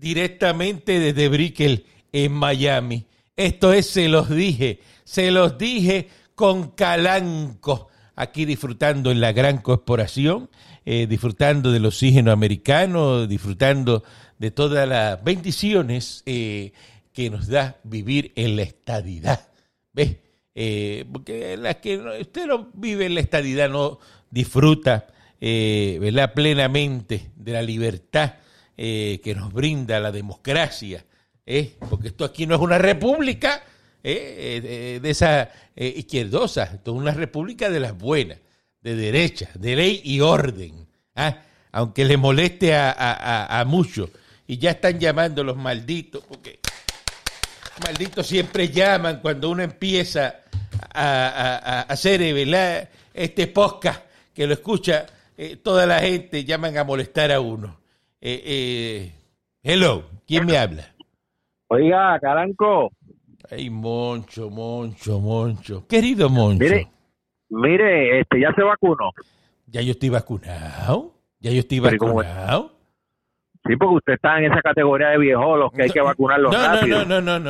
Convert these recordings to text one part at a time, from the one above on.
directamente desde Brickell en Miami. Esto es se los dije con Calanco, aquí disfrutando en la gran corporación, disfrutando del oxígeno americano, disfrutando de todas las bendiciones que nos da vivir en la estadidad. ¿Ves? Porque las que usted no vive en la estadidad no disfruta, ¿verdad?, plenamente de la libertad que nos brinda la democracia, porque esto aquí no es una república de esa izquierdosa, esto es una república de las buenas, de derecha, de ley y orden, aunque le moleste a muchos, y ya están llamando los malditos, porque malditos siempre llaman cuando uno empieza a hacer, ¿verdad?, este podcast, que lo escucha toda la gente, llaman a molestar a uno. Hello, ¿quién me habla? Oiga, Calanco. Ay, Moncho. Querido Moncho. Mire, ya se vacunó. Ya yo estoy vacunado. Sí, porque usted está en esa categoría de viejolos que hay que vacunarlos rápido.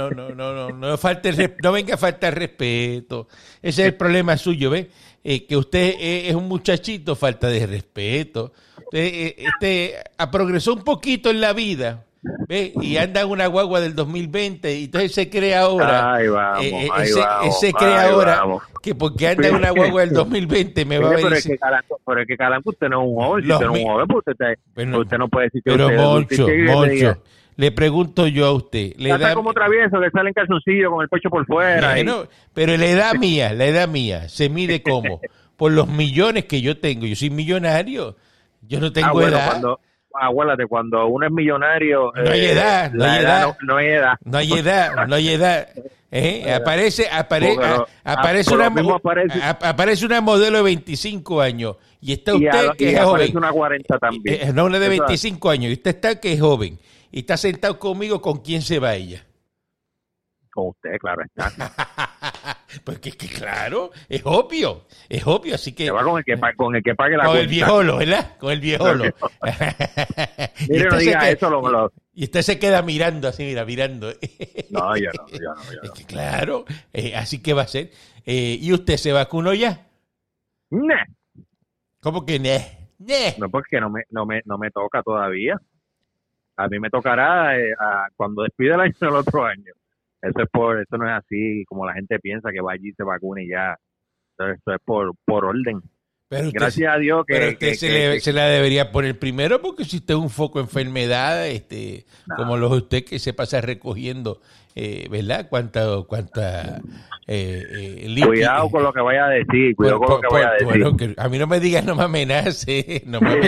No venga a faltar respeto. Ese es el problema suyo, ¿ves? Que usted es un muchachito, falta de respeto. Usted progresó un poquito en la vida, ¿ves? Y anda en una guagua del 2020 y entonces se cree ahora. Ahí vamos. Se cree ahora que porque anda en una guagua del 2020 me va a venir. Pero es que Calanco, usted no es un joven. Si usted no es un joven, pues usted no puede decir que pero usted... Moncho, le pregunto yo a usted. Está como travieso que sale en calzoncillo con el pecho por fuera. Pero la edad mía se mide como por los millones que yo tengo. Yo soy millonario. Yo no tengo edad. Acuérdate, cuando uno es millonario... No hay edad. No hay edad. Aparece una modelo de 25 años y está usted que es joven. Aparece una 40 también. No, una de 25 años. Y usted está que es joven. Y está sentado conmigo, ¿con quién se va ella? Con usted, claro está. Pues que claro, es obvio, así que... Se va con el que pague la cuenta. Con el viejolo, ¿verdad? Con el viejolo. Mire, no diga eso. Y usted se queda mirando así, mirando. No, yo no. Es que claro, así que va a ser. ¿Y usted se vacunó ya? No. ¿Cómo que no? No, porque no me toca todavía. A mí me tocará cuando despide el año del otro año. Eso no es así como la gente piensa, que va allí y se vacune y ya. Eso es por orden. Pero usted, gracias a Dios que... Pero usted se la debería poner primero, porque si usted es un foco de enfermedad, como los de usted que se pasa recogiendo, ¿verdad? Cuánta cuidado con lo que vaya a decir, Bueno, que a mí no me digas, no me amenace.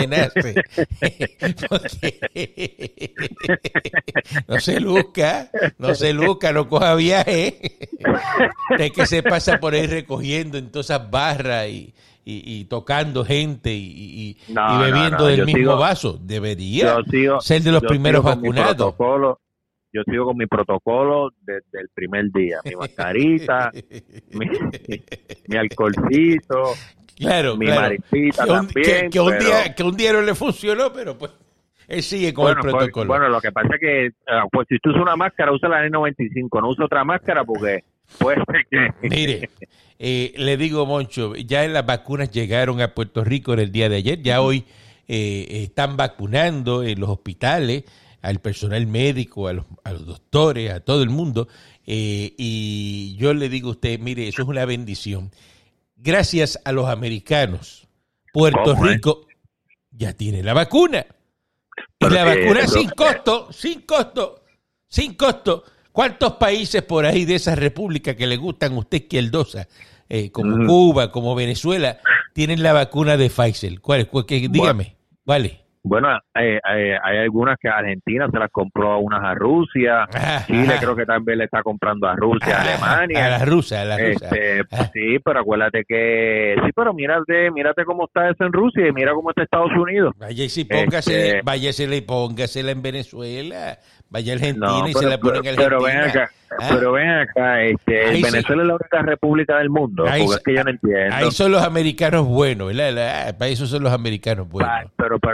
No se luzca, no coja viaje. Es que se pasa por ahí recogiendo en todas esas barras y tocando gente y bebiendo del mismo vaso. Debería ser de los primeros vacunados. Yo sigo con mi protocolo desde el primer día. Mi mascarita, mi alcoholcito, mi maricita también. Que un día no le funcionó, pero pues él sigue con el protocolo. Bueno, lo que pasa es que pues si tú usas una máscara, usa la N95, no usa otra máscara porque puede ser que... Mire, le digo, Moncho, ya las vacunas llegaron a Puerto Rico en el día de ayer, ya hoy están vacunando en los hospitales al personal médico, a los doctores, a todo el mundo, y yo le digo a usted, mire, eso es una bendición. Gracias a los americanos, Puerto Rico ya tiene la vacuna. Y la vacuna sin costo. ¿Cuántos países por ahí de esas repúblicas que le gustan a usted izquierdosas, como Cuba, como Venezuela, tienen la vacuna de Pfizer? ¿Cuál? Dígame, ¿vale? Bueno, hay algunas que Argentina se las compró unas a Rusia, Chile creo que también le está comprando a Rusia, a Alemania. A la rusa. Sí, pero acuérdate que... Sí, pero mírate cómo está eso en Rusia y mira cómo está Estados Unidos. Váyasela y póngasela en Venezuela. Vaya a Argentina y se la ponen a Argentina. Pero ven acá, Venezuela es la única república del mundo, porque es que yo no entiendo. Ahí son los americanos buenos, ¿verdad? Para eso son los americanos buenos. Pero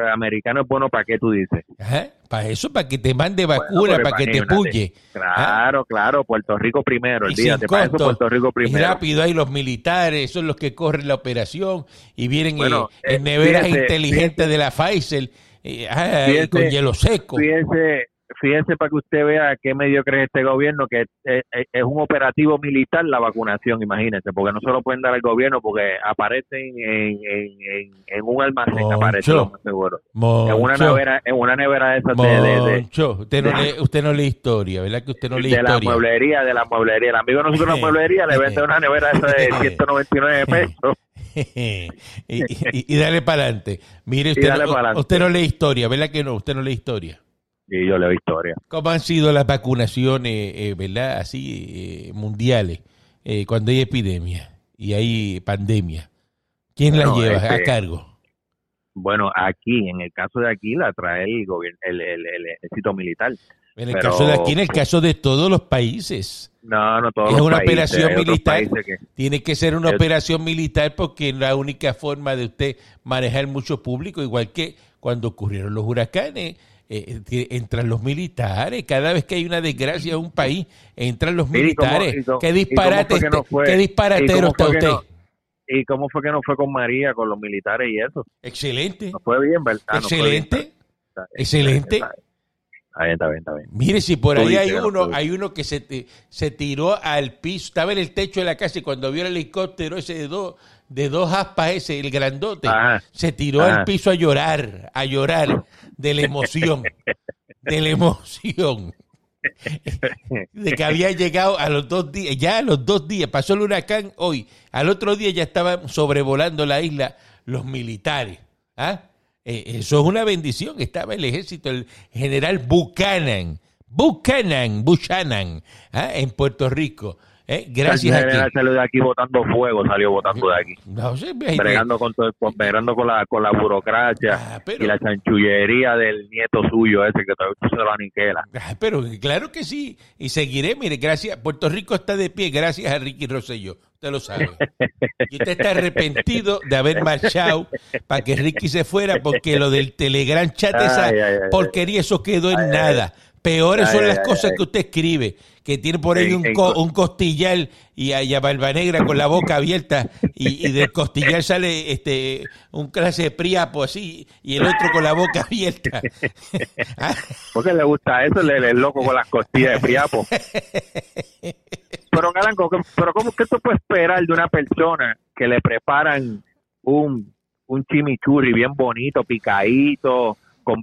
americano es bueno para qué tú dices. Ajá, para eso, para que te mande vacuna, para que te puye. Claro, claro, Puerto Rico primero, olvídate, para eso Puerto Rico primero. Y rápido hay los militares, son los que corren la operación y vienen en neveras inteligentes de la Pfizer, con hielo seco. Fíjense para que usted vea qué mediocre es este gobierno, que es un operativo militar la vacunación, imagínense, porque no se lo pueden dar al gobierno porque aparecen en un almacén, aparecen lo más seguro. En una nevera de esas usted no lee historia, ¿verdad que usted no lee historia? De la mueblería. El amigo de nosotros de la mueblería le vende una nevera esa de 199 pesos. y dale para adelante. Mire, usted no lee historia, ¿verdad que no? Usted no lee historia. Sí, yo leo historia. ¿Cómo han sido las vacunaciones, verdad, así, mundiales, cuando hay epidemia y hay pandemia? ¿Quién las lleva a cargo? Bueno, aquí, en el caso de aquí, la trae el gobierno, el ejército militar. En el caso de aquí, en el caso de todos los países. No todos los países. Es una países, operación militar. Tiene que ser una operación militar porque es la única forma de usted manejar mucho público, igual que cuando ocurrieron los huracanes. Entran los militares, cada vez que hay una desgracia en un país, entran los militares. ¿Qué disparate, qué disparatero está usted? ¿Y cómo fue que no fue con María, con los militares y eso? Excelente. No fue bien, ¿verdad? Excelente. Excelente. Está bien. Mire, si por ahí hay uno que se tiró al piso, estaba en el techo de la casa y cuando vio el helicóptero ese de dos aspas ese, el grandote, se tiró al piso a llorar de la emoción, de que había llegado a los 2 días, ya a los 2 días, pasó el huracán hoy, al otro día ya estaban sobrevolando la isla los militares, eso es una bendición. Estaba el ejército, el general Buchanan, en Puerto Rico. Gracias a ti. Salió de aquí botando fuego, salió botando de aquí. No sé, bregando con la burocracia y la chanchullería del nieto suyo ese que todavía se lo aniquila. Pero claro que sí, y seguiré, mire, gracias. Puerto Rico está de pie gracias a Ricky Rosselló. Usted lo sabe. Y usted está arrepentido de haber marchado para que Ricky se fuera porque lo del Telegram chat, esa porquería, eso quedó en nada. Peores son las cosas que usted escribe, que tiene por ahí un costillar y a Barba Negra con la boca abierta y del costillar sale un clase de priapo así y el otro con la boca abierta. ¿Por qué le gusta eso? El loco con las costillas de priapo. Pero Galanco, ¿cómo que tú puedes esperar de una persona que le preparan un chimichurri bien bonito, picadito, con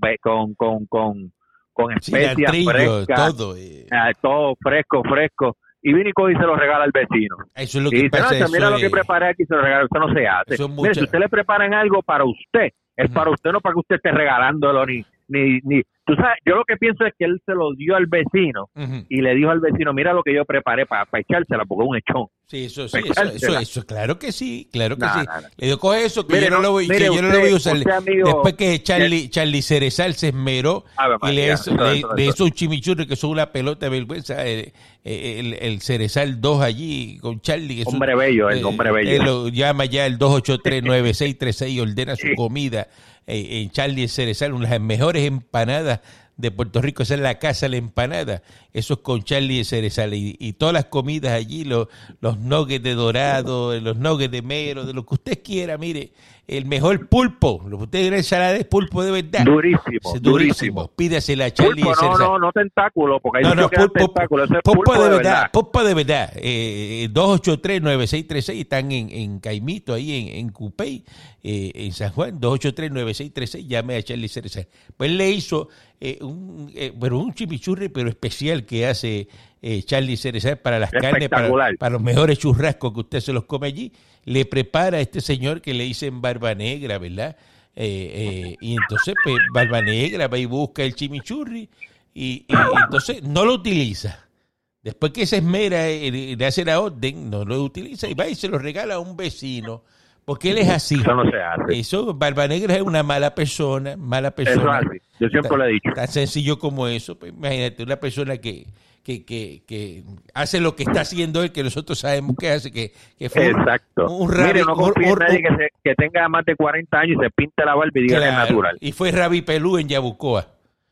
especias frescas, todo fresco, y viene y se lo regala al vecino. Eso es lo que pasa. Dice, mira lo que preparé aquí, se lo regala. Eso no se hace. Mira, si usted le preparan algo para usted, es para usted, no para que usted esté regalándolo ni tú sabes, yo lo que pienso es que él se lo dio al vecino y le dijo al vecino, mira lo que yo preparé para echársela, porque es un echón. Sí, eso, claro que sí. Le digo, coge eso, que yo no lo voy a usar. Después que Charlie Cerezal se esmeró y le hizo un chimichurri que son una pelota de vergüenza, el Cerezal 2 allí con Charlie. Que hombre bello, el hombre bello. Él lo llama ya el 283-9636 y ordena su comida. En Charlie Cerezal, una de las mejores empanadas de Puerto Rico, esa es la casa de la empanada, eso es con Charlie Cerezal y todas las comidas allí, los nuggets de dorado, los nuggets de mero, de lo que usted quiera, mire, el mejor pulpo, lo que usted quiera, ensalada de pulpo de verdad. Durísimo. Pídasela a Charlie Cerezal. No tentáculo, porque hay tentáculo, ese es pulpo de verdad. Pulpo de verdad. 283-9636, están en Caimito, ahí en Cupey, en San Juan, 283-9636, llame a Charlie Cerezal. Pues le hizo un chimichurri, pero especial que hace Charlie Cerezal para las carnes, para los mejores churrascos que usted se los come allí. Le prepara a este señor que le dicen Barba Negra, ¿verdad? Y entonces, pues, Barba Negra va y busca el chimichurri y entonces no lo utiliza. Después que se esmera de hacer la orden, no lo utiliza y va y se lo regala a un vecino. Porque él es así. Eso no se hace. Eso, Barba Negra es una mala persona. Eso es así. Yo siempre lo he dicho. Tan sencillo como eso. Pues imagínate, una persona que que hace lo que está haciendo él, que nosotros sabemos que hace, que fue Exacto. Mire, no confíe en nadie que tenga más de 40 años y se pinte la barba y diga que es natural. Y fue Rabi Pelú en Yabucoa.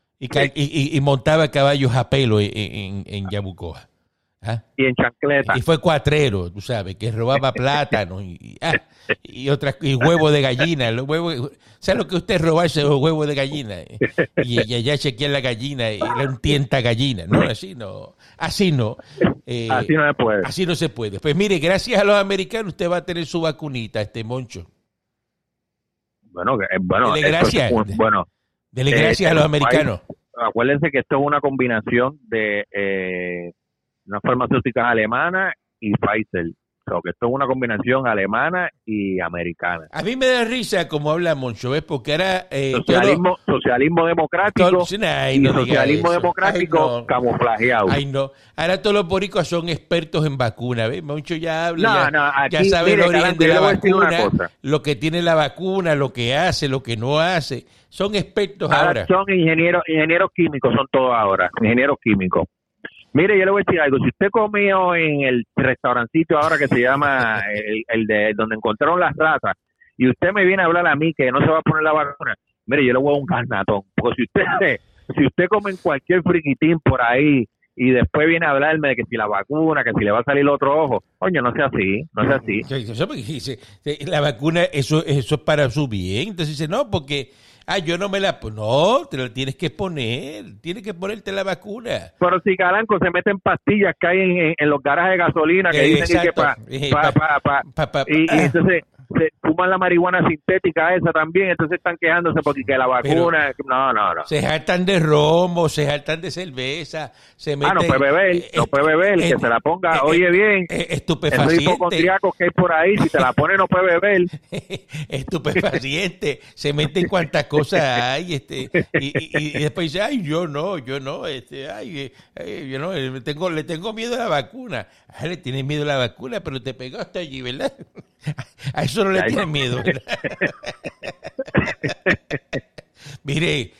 Y montaba caballos a pelo en Yabucoa. ¿Ah? Y en chancleta. Y fue cuatrero, tú sabes, que robaba plátanos y huevos de gallina. Los huevos, ¿sabe lo que usted robarse los huevos de gallina? Y allá chequear la gallina y era un tienta gallina. No, así no. Así no. Así no se puede. Así no se puede. Pues mire, gracias a los americanos usted va a tener su vacunita, Moncho. Bueno, dele gracias. Dele gracias a los americanos. Acuérdense que esto es una combinación de unas farmacéuticas alemanas y Pfizer. O sea, que esto es una combinación alemana y americana. A mí me da risa como habla Moncho, ¿ves? Porque ahora... socialismo democrático socialismo democrático camuflajeado. Ay, no. Ahora todos los boricuas son expertos en vacunas, ¿ves? Moncho ya habla, aquí, ya sabe el origen de la vacuna, lo que tiene la vacuna, lo que hace, lo que no hace. Son expertos ahora. Son ingenieros químicos, son todos ahora, ingenieros químicos. Mire, yo le voy a decir algo. Si usted comió en el restaurancito ahora que se llama el de donde encontraron las ratas y usted me viene a hablar a mí que no se va a poner la vacuna, mire, yo le voy a un carnatón. Porque si usted come en cualquier friquitín por ahí y después viene a hablarme de que si la vacuna, que si le va a salir otro ojo, coño, no sea así, no sea así. La vacuna, eso es para su bien. Entonces dice, no, porque... yo no me la... No, te la tienes que poner. Tienes que ponerte la vacuna. Pero si Calanco se mete en pastillas que hay en los garajes de gasolina que dicen que y entonces se fuman la marihuana sintética esa también, entonces están quejándose porque que la vacuna... Pero no. Se jaltan de romo, se jaltan de cerveza, se meten... no puede beber, que se la ponga, oye bien, estupefaciente. El hipocondriaco que hay por ahí, si te la pone no puede beber. Estupefaciente, se meten cuantas cosas hay, y después dice, yo no, yo no, le tengo miedo a la vacuna. Le tienes miedo a la vacuna, pero te pegaste allí, ¿verdad? A eso no le tienes miedo, ¿verdad? Mire,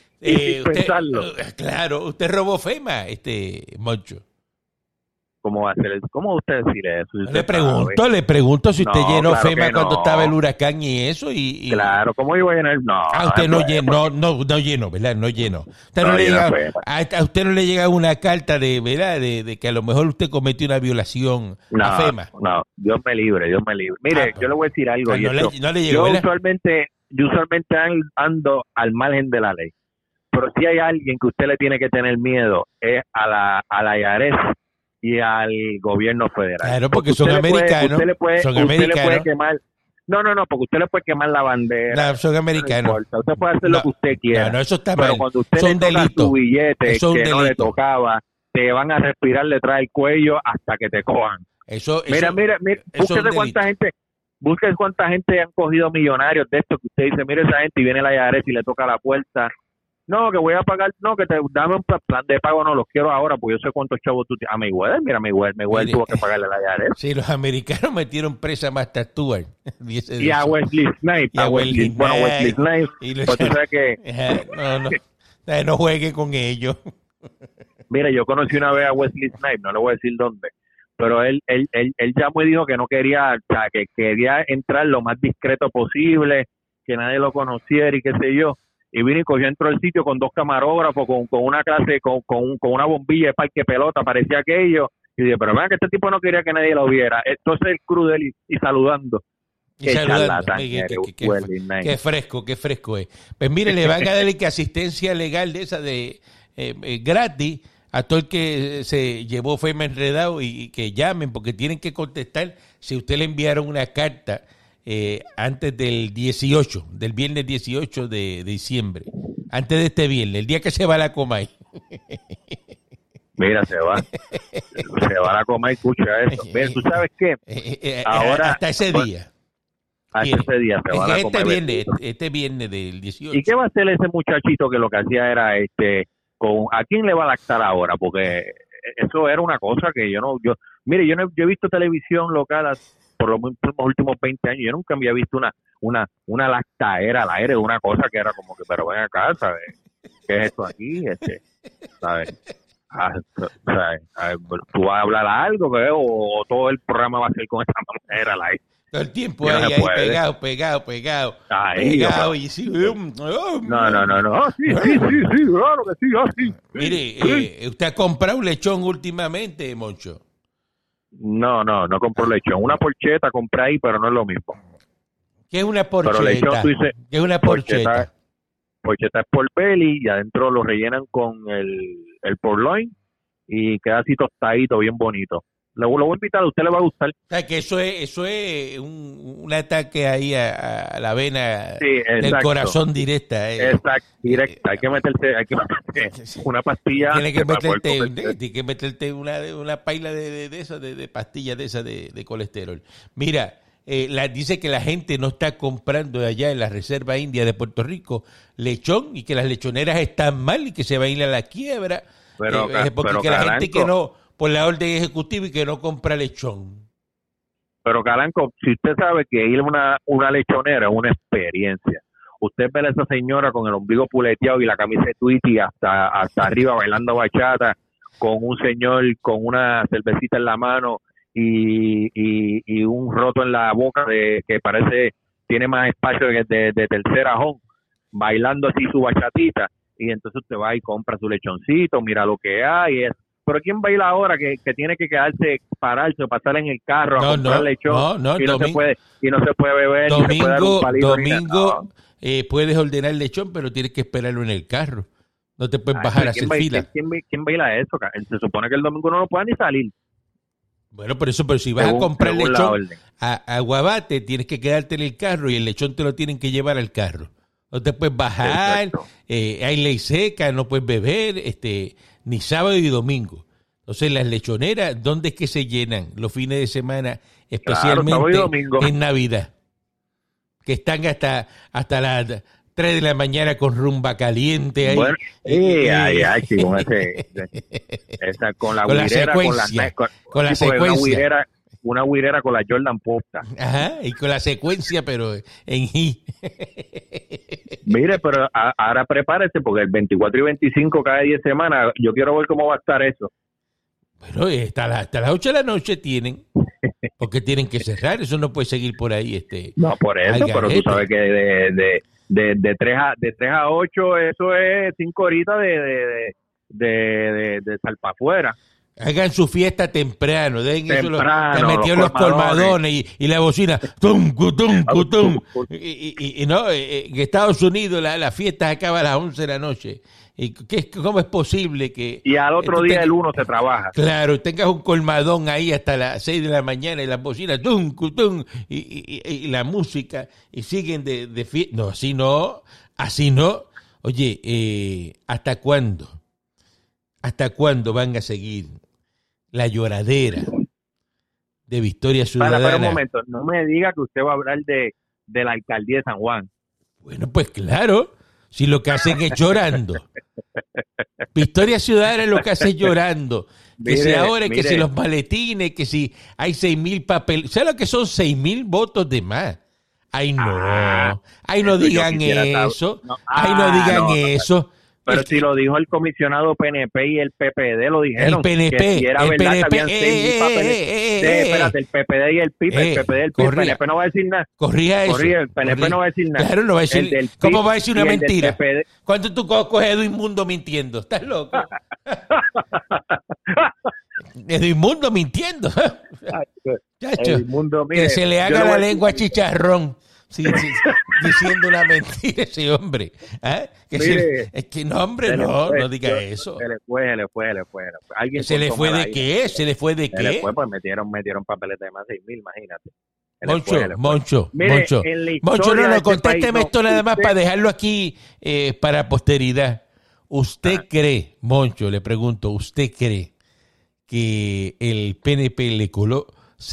usted robó FEMA, Moncho. ¿Cómo va a ser? ¿Cómo usted decirle eso? Le pregunto si usted llenó FEMA cuando estaba el huracán y eso. Claro, ¿cómo iba a llenar? Usted no llenó, ¿verdad? No llenó. A usted no le llega una carta de, ¿verdad? De que a lo mejor usted cometió una violación a FEMA. No, Dios me libre. Mire, yo le voy a decir algo. No le llegó, yo usualmente ando al margen de la ley. Pero si hay alguien que usted le tiene que tener miedo es a la IARES y al gobierno federal. Claro, porque son americanos. Usted le puede quemar. No, porque usted le puede quemar la bandera. No, son americanos. No importa, usted puede hacer lo que usted quiera. No, eso está pero mal. Cuando usted son le toca delitos. su billete que no le tocaba, te van a respirar detrás del cuello hasta que te cojan. Mira, búsquese cuánta gente han cogido millonarios de esto que usted dice, mire esa gente y viene la IARES y le toca la puerta. No, que voy a pagar, que dame un plan de pago, no los quiero ahora, porque yo sé cuántos chavos tú tienes. A Mayweather, mira, Mayweather tuvo que pagarle la IARES. Sí, los americanos metieron presa a Martha Stewart. Y a Wesley Snipes. Wesley Snipes. Pues tú sabes que... No juegue con ellos. Mira, yo conocí una vez a Wesley Snipes, no le voy a decir dónde, pero él llamó y dijo que no quería, o sea, que quería entrar lo más discreto posible, que nadie lo conociera y qué sé yo. Y vino y cogió, entró al sitio con 2 camarógrafos, con una clase, con una bombilla de parque pelota, parecía aquello. Y dije, pero vean que este tipo no quería que nadie lo viera. Entonces el crudel y saludando. Qué fresco es. Pues mire, le van a dar que asistencia legal de esa de gratis a todo el que se llevó FEMA enredado y que llamen, porque tienen que contestar si usted le enviaron una carta antes del viernes 18 de diciembre, antes de este viernes, el día que se va la Comay. Mira, se va a la Comay, escucha eso. Mira, ¿tú sabes qué? Ahora, hasta ese día. Hasta ese día se va a la Comay. Este viernes del 18. ¿Y qué va a hacer ese muchachito que lo que hacía era, a quién le va a lactar ahora? Porque eso era una cosa que yo he visto televisión local por los últimos 20 años, yo nunca había visto una lactaera al aire, una cosa que era como que, pero ven acá, ¿sabes? ¿Qué es esto aquí? ¿Sabes? O sea, ¿tú vas a hablar algo ¿qué? O todo el programa va a ser con esta manera? Todo el tiempo Que no ahí, se puede. pegado, y sí, No, sí, claro que sí, así. Mire, ¿usted ha comprado un lechón últimamente, Moncho? No compro lechón. Una porcheta compré ahí, pero no es lo mismo. ¿Qué es una Pero porcheta? lechón, tú dices, ¿Qué es una porcheta? porcheta es por belly y adentro lo rellenan con el porloin y queda así tostadito, bien bonito. Lo voy a invitar, a usted le va a gustar. O sea, que eso es un ataque ahí a la vena Sí, del corazón directa. Exacto, directa. Hay que meterse una pastilla. Tiene que para poder meterte una paila de esas, de pastillas de esas de colesterol. Mira, dice que la gente no está comprando allá en la Reserva India de Puerto Rico lechón y que las lechoneras están mal y que se va a ir a la quiebra. Porque que la gente que no, por la orden ejecutiva y que no compra lechón. Pero Calanco, si usted sabe que ir a una lechonera es una experiencia. Usted ve a esa señora con el ombligo puleteado y la camisa de Tweety hasta arriba bailando bachata, con un señor con una cervecita en la mano y un roto en la boca que parece tiene más espacio de tercer ajón, bailando así su bachatita, y entonces usted va y compra su lechoncito, mira lo que hay, pero ¿quién baila ahora que tiene que quedarse, pararse, pasar en el carro a comprar lechón y no se puede beber, ni se puede dar un palito? Domingo puedes ordenar lechón, pero tienes que esperarlo en el carro. No te puedes bajar a hacer fila. ¿Quién baila eso? Se supone que el domingo no lo puede ni salir. Bueno, pero si vas a comprar lechón a Guabate, tienes que quedarte en el carro y el lechón te lo tienen que llevar al carro. No te puedes bajar, hay ley seca, no puedes beber, ni sábado ni domingo. Entonces, las lechoneras, ¿dónde es que se llenan los fines de semana? Especialmente en Navidad. Que están hasta las 3 de la mañana con rumba caliente ahí. Bueno, con la secuencia. Con la secuencia. Una guirera con la Jordan puesta. Ajá, y con la secuencia, pero en G. Mire, pero ahora prepárese, porque el 24 y 25 cada 10 semanas, yo quiero ver cómo va a estar eso. Bueno, hasta las 8 de la noche tienen, porque tienen que cerrar, eso no puede seguir por ahí. No, por eso, pero tú sabes que de 3 a 8, eso es 5 horitas de sal para afuera. Hagan su fiesta temprano, dejen eso, te metió los colmadones y la bocina, tum, cutum, cutum. Y no, en Estados Unidos la fiesta acaba a las 11 de la noche. ¿Cómo es posible que... Y al otro día el 1 se trabaja. Claro, tengas un colmadón ahí hasta las 6 de la mañana y las bocinas, tum, cutum, y la música, y siguen de fiesta. No, así no. Oye, ¿hasta cuándo? ¿Hasta cuándo van a seguir la lloradera de Victoria Ciudadana? Para un momento, no me diga que usted va a hablar de la alcaldía de San Juan. Bueno, pues claro, si lo que hacen es llorando. Victoria Ciudadana es lo que hace llorando. Que si ahora, que si los maletines, que si hay 6,000 papeles. ¿Sabes lo que son 6,000 votos de más? Ay, no. Ay, no digan eso. Ay, no digan eso. Pero si lo dijo el comisionado PNP y el PPD, lo dijeron. El PNP, que si era el verdad PNP, que habían 6,000 papeles. Espérate, el PPD y el PIB, el PPD y el PIB, el PNP no va a decir nada. Corrija eso. El PNP no va a decir nada. Claro, no va a decir. ¿Cómo va a decir una mentira? PPD... ¿Cuánto tú coges Edwin Mundo mintiendo? ¿Estás loco? Edwin Mundo mintiendo. Chacho, que se le haga la lengua chicharrón. Sí, diciendo una mentira ese hombre. Es que no, hombre, no diga eso. Se le fue. ¿Se le fue de qué? ¿Se le fue de qué? Se le fue, pues metieron papeles de más de 6,000, imagínate. Moncho, no, contésteme esto nada más para dejarlo aquí para posteridad. ¿Usted cree, Moncho, le pregunto, ¿usted cree que el PNP le coló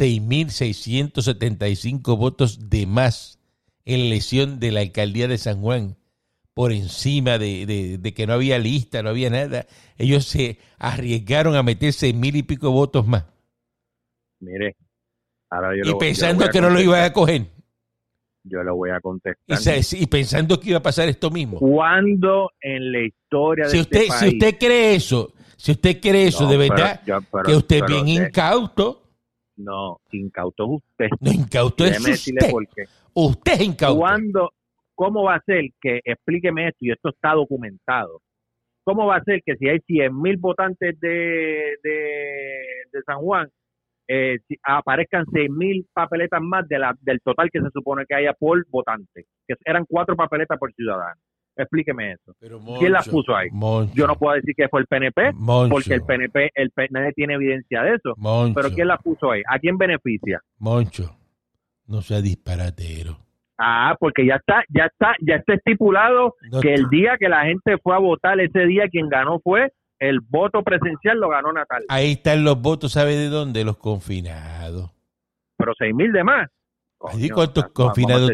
6,675 votos de más en elección de la alcaldía de San Juan, por encima de que no había lista, no había nada? Ellos se arriesgaron a meter 6,000 y pico votos más. Mire, ahora pensando que no lo iban a coger. Yo lo voy a contestar. Y pensando que iba a pasar esto mismo. ¿Cuándo en la historia de este país? Si usted cree eso, Si usted cree eso No, de verdad, que usted es bien incauto. No, incauto es usted. No, incauto es Déjeme decirle usted. por qué. Usted es incauto. ¿Cómo va a ser que, explíqueme esto, y esto está documentado, cómo va a ser que si hay 100,000 votantes de San Juan, aparezcan 6,000 papeletas más del total que se supone que haya por votante, que eran 4 papeletas por ciudadano? Explíqueme eso. Pero Moncho, ¿quién las puso ahí? Moncho, yo no puedo decir que fue el PNP, Moncho, porque el PNP nadie tiene evidencia de eso. Moncho, pero ¿quién las puso ahí? ¿A quién beneficia? Moncho, no sea disparatero. Porque ya está estipulado que el día que la gente fue a votar, ese día quien ganó fue el voto presencial, lo ganó Natal. Ahí están los votos, ¿sabe de dónde? Los confinados. Pero 6,000 de más. Coño, ¿cuántos confinados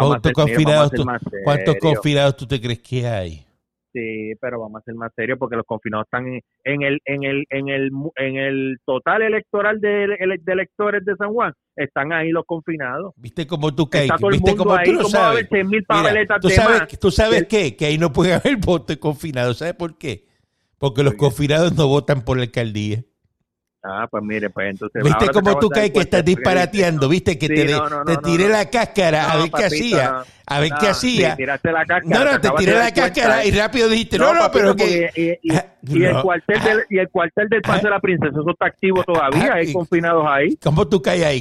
tú te crees que hay? Sí, pero vamos a ser más serios, porque los confinados están en el total electoral de electores de San Juan. Están ahí los confinados. ¿Viste cómo tú caes? Está todo el ¿Viste mundo cómo ahí? tú lo ¿Cómo va a sabes? haber 6,000 papeletas Mira, de más? ¿tú sabes qué? Que ahí no puede haber voto de confinados. ¿Sabes por qué? Porque los confinados no votan por la alcaldía. Pues mire, pues entonces... ¿Viste cómo tú caes que estás disparateando? ¿Viste que sí, te tiré la cáscara a ver qué hacía? No. A ver qué hacía. Tiraste la cáscara. No, te tiré la cáscara y rápido dijiste, pero que... Y el cuartel del Paso de la Princesa, eso está activo todavía, hay confinados ahí. ¿Cómo tú caes ahí?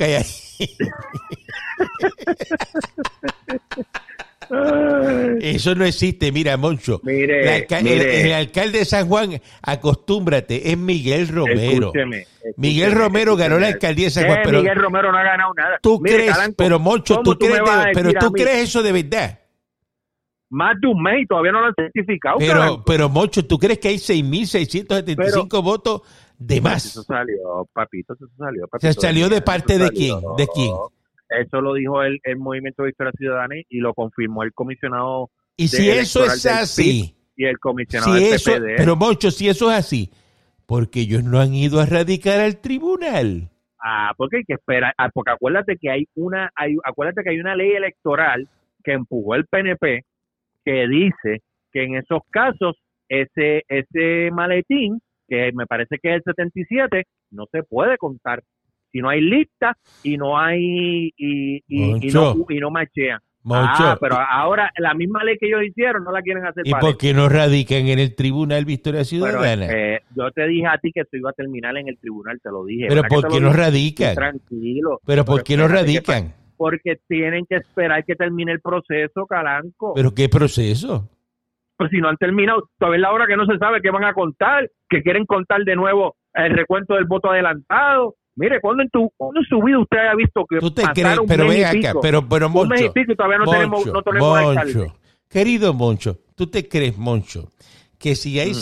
Eso no existe, mira, Moncho. Mire. El alcalde de San Juan, acostúmbrate, es Miguel Romero. Escúcheme. Miguel Romero ganó la alcaldía de San Juan. Pero Miguel Romero no ha ganado nada. ¿Tú crees? Calanco, pero Moncho, ¿tú crees eso de verdad? Más de un mes y todavía no lo han certificado. Pero Moncho, ¿tú crees que hay 6,675 votos de más? Eso salió, papito. ¿Se salió de parte de quién? ¿De quién? Eso lo dijo el Movimiento Victoria Ciudadana y lo confirmó el comisionado. Y si eso es así, y el comisionado del PPD. Pero Moncho, si eso es así, porque ellos no han ido a radicar al tribunal. Porque hay que esperar, porque acuérdate que hay una ley electoral que empujó el PNP que dice que en esos casos ese maletín, que me parece que es el 77, no se puede contar si no hay lista y no hay y no machean. Pero ahora la misma ley que ellos hicieron no la quieren hacer. ¿Y por qué no radican en el tribunal Victoria Ciudadana? Yo te dije a ti que esto iba a terminar en el tribunal, te lo dije. Pero ¿por qué no radican? Tranquilo. Pero ¿por qué no radican? Porque tienen que esperar que termine el proceso, Calanco. ¿Pero qué proceso? Pues si no han terminado, todavía es la hora que no se sabe qué van a contar, que quieren contar de nuevo el recuento del voto adelantado. Mire, ¿cuándo en su vida usted haya visto que tú te crees? Pero ven acá, pero Moncho, un mes y pico y todavía no tenemos alcalde? Querido Moncho, ¿tú te crees, Moncho, que si hay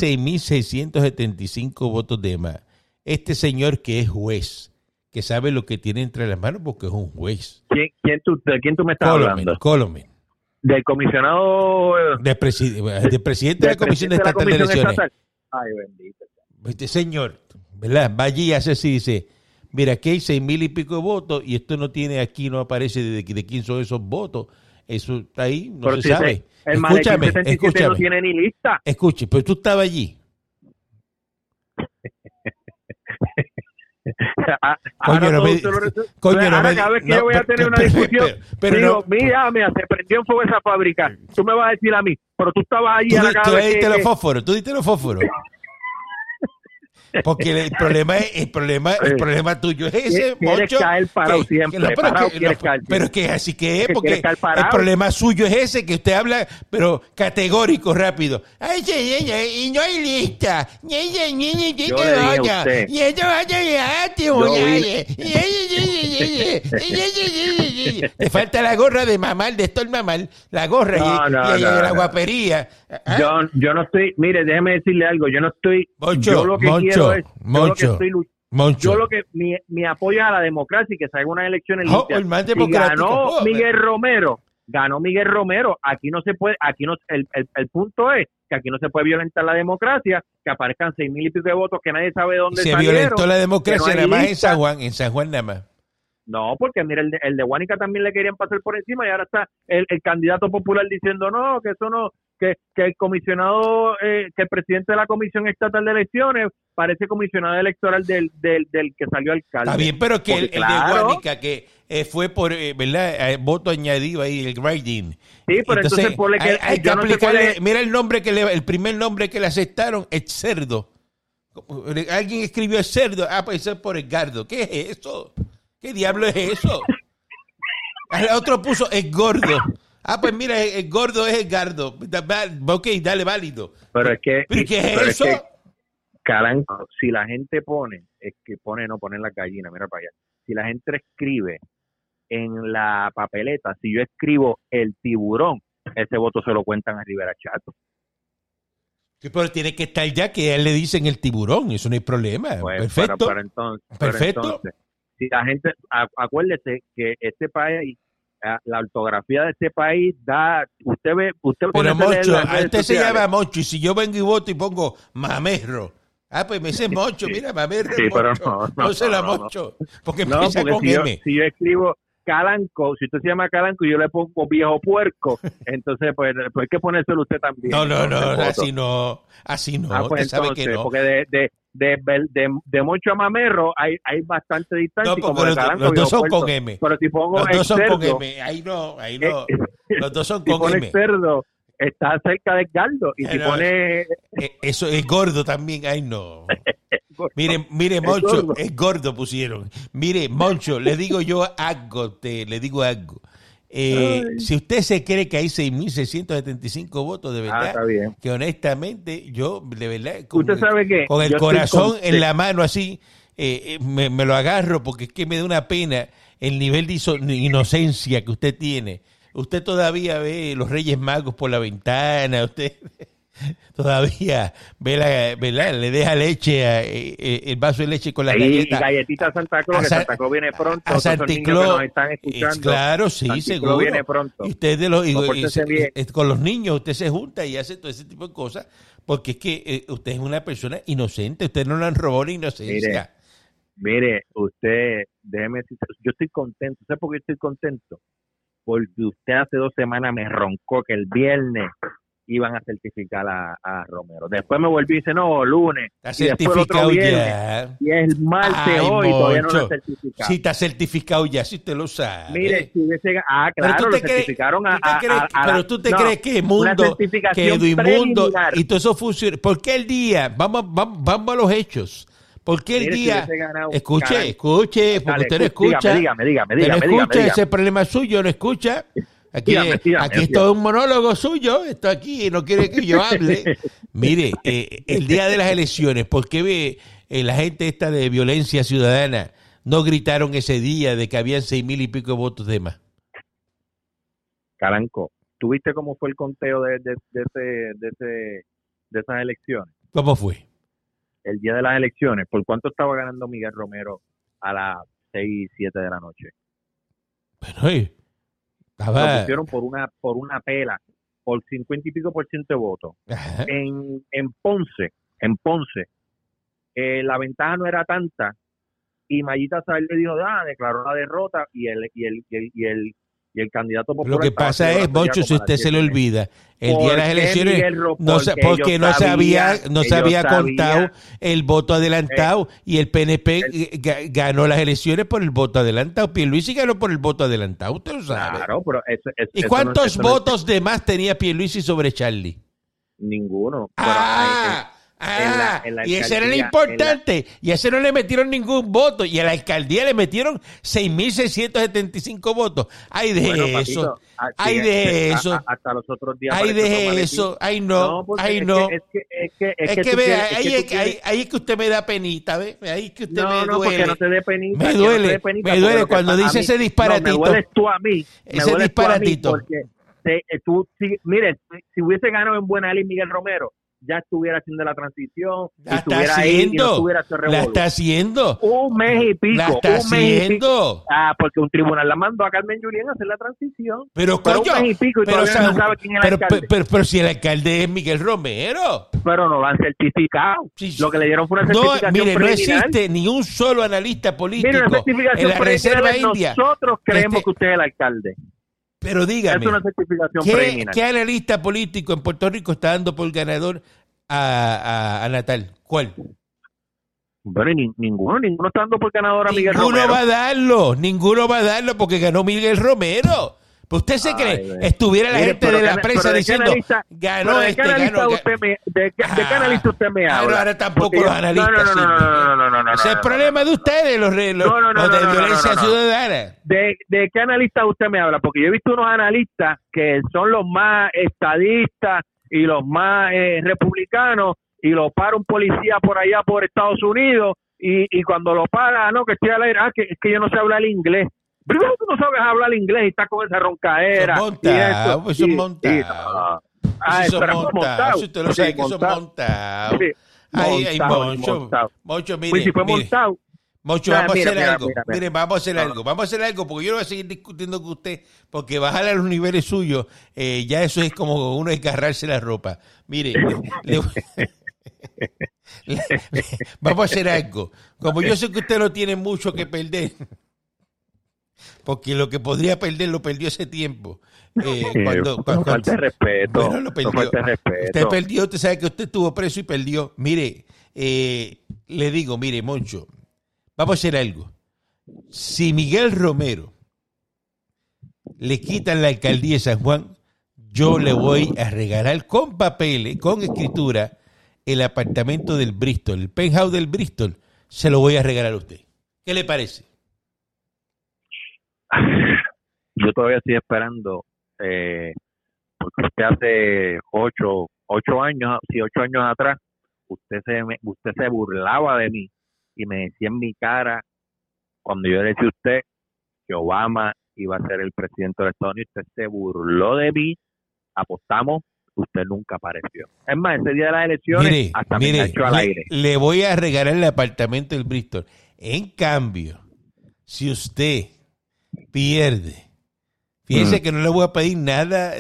6,675 votos de más, este señor que es juez, que sabe lo que tiene entre las manos porque es un juez? ¿De quién tú me estás hablando? Colomen. Del comisionado... Del presidente de la Comisión Estatal de Elecciones. Ay, bendito. Este señor, ¿verdad? Va allí y hace así, dice... Mira, aquí hay 6,000 y pico de votos y esto no tiene aquí, no aparece de quién son esos votos. Eso está ahí, no se sabe. Escúchame. No tiene ni lista. Escuche, pero tú estabas allí. Cada vez que yo voy a tener una discusión, digo, mira, se prendió en fuego esa fábrica. Tú me vas a decir a mí, pero tú estabas allí. Tú diste los fósforos. Porque el problema tuyo es ese, Moncho. Caer parado siempre. Pero es que así que es, porque el problema suyo es ese, que usted habla, pero categórico, rápido. Ay, y no hay lista. Te falta la gorra de mamar, de esto el mamar, la gorra y la guapería. Yo no estoy, mire, déjeme decirle algo, yo no estoy, Moncho, yo lo que quiero es, Moncho. yo lo que mi apoyo es a la democracia y que salga unas elecciones limpias. Ganó Miguel Romero, aquí no se puede, el punto es que aquí no se puede violentar la democracia, que aparezcan 6,000 y pico de votos que nadie sabe dónde salieron. Se violentó la democracia nada más en San Juan nada más. No, porque mira, el de Guánica también le querían pasar por encima y ahora está el candidato popular diciendo no, que eso no, que el comisionado, que el presidente de la Comisión Estatal de Elecciones parece comisionado electoral del que salió alcalde. Está bien, pero que porque, el de Guánica, que fue por, ¿verdad? Voto añadido ahí, el grading. Sí, pero entonces ponle que hay que aplicarle, mira el nombre el primer nombre que le aceptaron, es Cerdo. Alguien escribió el Cerdo, pues eso es por Edgardo. ¿Qué es eso? ¿Qué diablo es eso? El otro puso el gordo. Pues mira, el gordo es Edgardo. Ok, dale, válido. Pero es que... ¿Pero qué es eso? Es que, Caranco, si la gente pone, es que ponen las gallinas, mira para allá. Si la gente escribe en la papeleta, si yo escribo el tiburón, ese voto se lo cuentan a Rivera Chato. Sí, pero tiene que estar ya que a él le dicen el tiburón, eso no hay problema. Pues, Perfecto. Perfecto. Entonces, si la gente, acuérdese que este país, la ortografía de este país da, usted pero Moncho, a usted se llama Moncho, y si yo vengo y voto y pongo Mamerro, pues me dice Moncho, mira, Mamerro, sí, pero no se la Moncho, porque no, empieza porque con M. Si yo escribo Calanco, si usted se llama Calanco y yo le pongo viejo puerco, entonces pues hay que ponérselo usted también. No, así no, pues usted sabe entonces, que no. Porque de Moncho a Mamerro hay bastante distancia. No, porque los dos son con M. Pero si pongo los dos son Cerdo, con M, ahí no. Los dos son si con M. Cerdo, está cerca de Edgardo. Y si pone... Eso es gordo también, ay no. Mire, Moncho, es gordo pusieron. Mire, Moncho, le digo yo algo, le digo algo. Si usted se cree que hay 6.675 votos, de verdad, está bien. que honestamente, yo, de verdad, ¿Usted sabe qué? con el corazón en la mano así, me lo agarro porque es que me da una pena el nivel de inocencia que usted tiene. Usted todavía ve los Reyes Magos por la ventana, usted todavía le deja leche, el vaso de leche con las galletas. Y galletitas Santa Claus, que Santa Claus viene pronto. A Santa Claus nos están escuchando. Claro, sí, Santa seguro. Viene pronto. Y usted con los niños, usted se junta y hace todo ese tipo de cosas, porque es que usted es una persona inocente, usted no le han robado la inocencia. Mire, usted, déjeme decir, yo estoy contento. ¿Sabe por qué estoy contento? Porque usted hace 2 semanas me roncó que el viernes iban a certificar a Romero. Después me volví y dice, no, lunes. Está certificado ya. Y es martes hoy, todavía no lo han certificado. Sí, está certificado ya, si usted lo sabe. Mire, si hubiese... claro, lo certificaron Pero tú te crees que Mundo, que Eduimundo y todo eso funciona. ¿Por qué el día? Vamos a los hechos. ¿Por qué el día? Escuche, porque usted no escucha. Dígame. Ese problema suyo, no escucha. Aquí es todo un monólogo suyo, esto aquí no quiere que yo hable. Mire, el día de las elecciones, ¿por qué la gente esta de violencia ciudadana no gritaron ese día de que habían 6,000 y pico de votos de más? Caranco, ¿tú viste cómo fue el conteo de esas elecciones? ¿Cómo fue? El día de las elecciones, ¿por cuánto estaba ganando Miguel Romero a las 6, 7 de la noche? Bueno, lo pusieron por una pela, por 50 y pico % de votos. En Ponce, la ventaja no era tanta y Mayita Sáenz le dijo, declaró la derrota y el candidato popular. Lo que pasa es, Moncho, si usted se le olvida, el día de las elecciones, porque no se había contado el voto adelantado y el PNP ganó las elecciones por el voto adelantado. Pierluisi ganó por el voto adelantado, usted lo sabe. Claro, pero ¿Y cuántos votos de más tenía Pierluisi sobre Charlie? Ninguno. Y ese era lo importante. Y a ese no le metieron ningún voto. Y a la alcaldía le metieron 6.675 votos. Ay, de eso. Ay, de eso. Hasta los otros días. Ay, de eso. Ay, no. Ay, no. Es que vea, ahí es que usted me da penita, ¿ve? Ahí es que usted me duele. No, porque no te dé penita. Me duele cuando dice ese disparatito. Me dueles tú a mí. Ese disparatito. Porque mire, si hubiese ganado en Buena Ley Miguel Romero, ya estuviera haciendo la transición, La estuviera está ahí y no haciendo. estuviera hecho La revolú. está haciendo. Un mes y pico. La está un mes y pico. haciendo. Porque un tribunal la mandó a Carmen Yulín a hacer la transición. Pero Pero coño, un mes y pico y pero, todavía no sabe quién es el alcalde. pero si el alcalde es Miguel Romero. Pero no lo han certificado. Sí, Lo que le dieron fue una No, certificación mire, no preliminar. existe ni un solo analista político Mire, una certificación en la Reserva preliminar, India. nosotros creemos Este- que usted es el alcalde. Pero dígame, Es una certificación ¿qué, preliminar. qué analista político en Puerto Rico está dando por ganador a Natal? ¿Cuál? Pero ninguno está dando por ganador a Miguel Ninguno Romero. ninguno va a darlo porque ganó Miguel Romero. Pues usted se cree, Ay, estuviera la mire, gente pero de la ¿de prensa qué diciendo, analista- ganó pero ¿de este, qué analista ganó. ¿De qué analista usted me habla? Ahora tampoco Porque los yo- analistas. No, sirven. Ese es el problema de ustedes, los de violencia ciudadana. ¿De qué analista usted me habla? Porque yo he visto unos analistas que son los más estadistas y los más republicanos y lo para un policía por allá por Estados Unidos y cuando lo para, no, que estoy al aire, que es que yo no sé hablar inglés. Primero tú no sabes hablar inglés y estás con esa roncaera. Son montados, pues son montados. Eso Son era montados. Si usted lo sabe sí, que son montados. Sí, Ay, montado. Moncho, mire. Pues si fue mire. montado. Moncho, Mira, vamos a hacer mira, algo. mira. Miren, vamos a hacer No, algo. Vamos a hacer algo porque yo no voy a seguir discutiendo con usted porque bajar a los niveles suyos, ya eso es como uno desgarrarse la ropa. Mire, vamos a hacer algo. Como yo sé que usted no tiene mucho que perder, porque lo que podría perder lo perdió hace tiempo. No falta de respeto. Bueno, lo perdió. No falta de respeto. Usted perdió, usted sabe que usted estuvo preso y perdió. Mire, le digo, mire, Moncho, vamos a hacer algo. Si Miguel Romero le quitan la alcaldía de San Juan, yo le voy a regalar con papeles, con escritura, el apartamento del Bristol, el penthouse del Bristol, se lo voy a regalar a usted. ¿Qué le parece? Yo todavía estoy esperando, porque usted hace 8 años atrás, usted se burlaba de mí y me decía en mi cara, cuando yo le decía a usted que Obama iba a ser el presidente de Estados Unidos, usted se burló de mí, apostamos, usted nunca apareció. Es más, ese día de las elecciones, hasta me echó al aire. Le voy a regalar el apartamento del Bristol. En cambio, si usted pierde, fíjese que no le voy a pedir nada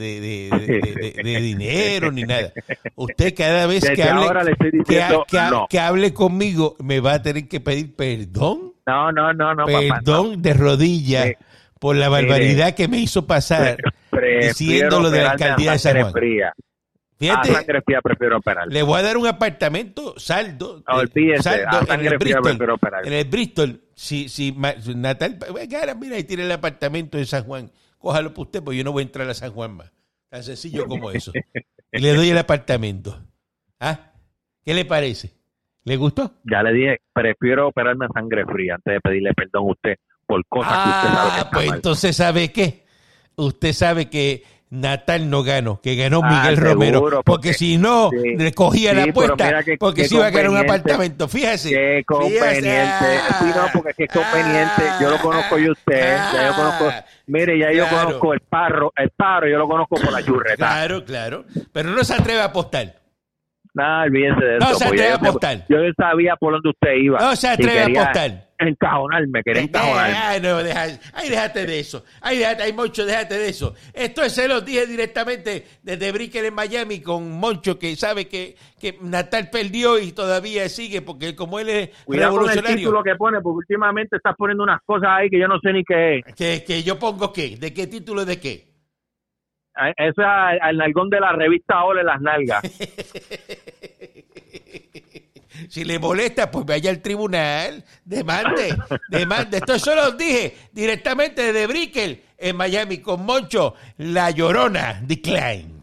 de dinero ni nada. Usted cada vez Desde ahora le estoy diciendo no. que hable conmigo me va a tener que pedir perdón. No, Perdón papá, no. de rodillas por la barbaridad que me hizo pasar diciendo lo de la alcaldía de San Juan. Fíjate, a sangre fría prefiero operar. le voy a dar un apartamento saldo, Olvídese, a en sangre el fría Bristol. prefiero operar. En el Bristol, si Natal, cara, mira, ahí tiene el apartamento de San Juan. Cójalo para usted, porque yo no voy a entrar a San Juan más. Tan sencillo como eso. Y le doy el apartamento. ¿Ah? ¿Qué le parece? ¿Le gustó? Ya le dije, prefiero operarme a sangre fría antes de pedirle perdón a usted por cosas que usted sabe que está pues mal. entonces, ¿sabe qué? Usted sabe que Natal no ganó, que ganó Miguel seguro, Romero, porque si no, sí, le cogía sí, la pero apuesta, mira porque qué se iba a ganar un conveniente. apartamento. Fíjese. Qué conveniente. Sí, no, porque es que es conveniente. Yo lo conozco y usted. Ya yo conozco. Mire, ya yo Claro. conozco el paro, yo lo conozco por la churreta. Claro. Pero no se atreve a apostar. Nada, olvídese de No eso. se porque atreve a yo- apostar. Yo sabía por dónde usted iba. No se Y atreve a quería apostar. Encajonarme, quería encajonarme. Ay, no, déjate de eso. Ay, Moncho, déjate de eso. Esto se los dije directamente desde Brickell en Miami con Moncho, que sabe que Natal perdió y todavía sigue, porque como él es Cuidado con el revolucionario. título que pone, porque últimamente estás poniendo unas cosas ahí que yo no sé ni qué es. Que yo pongo qué, ¿de qué título de qué? Eso es al nalgón de la revista Ole las nalgas. Si le molesta, pues vaya al tribunal, demande. Esto se los dije directamente desde Brickell en Miami con Moncho, la Llorona, decline.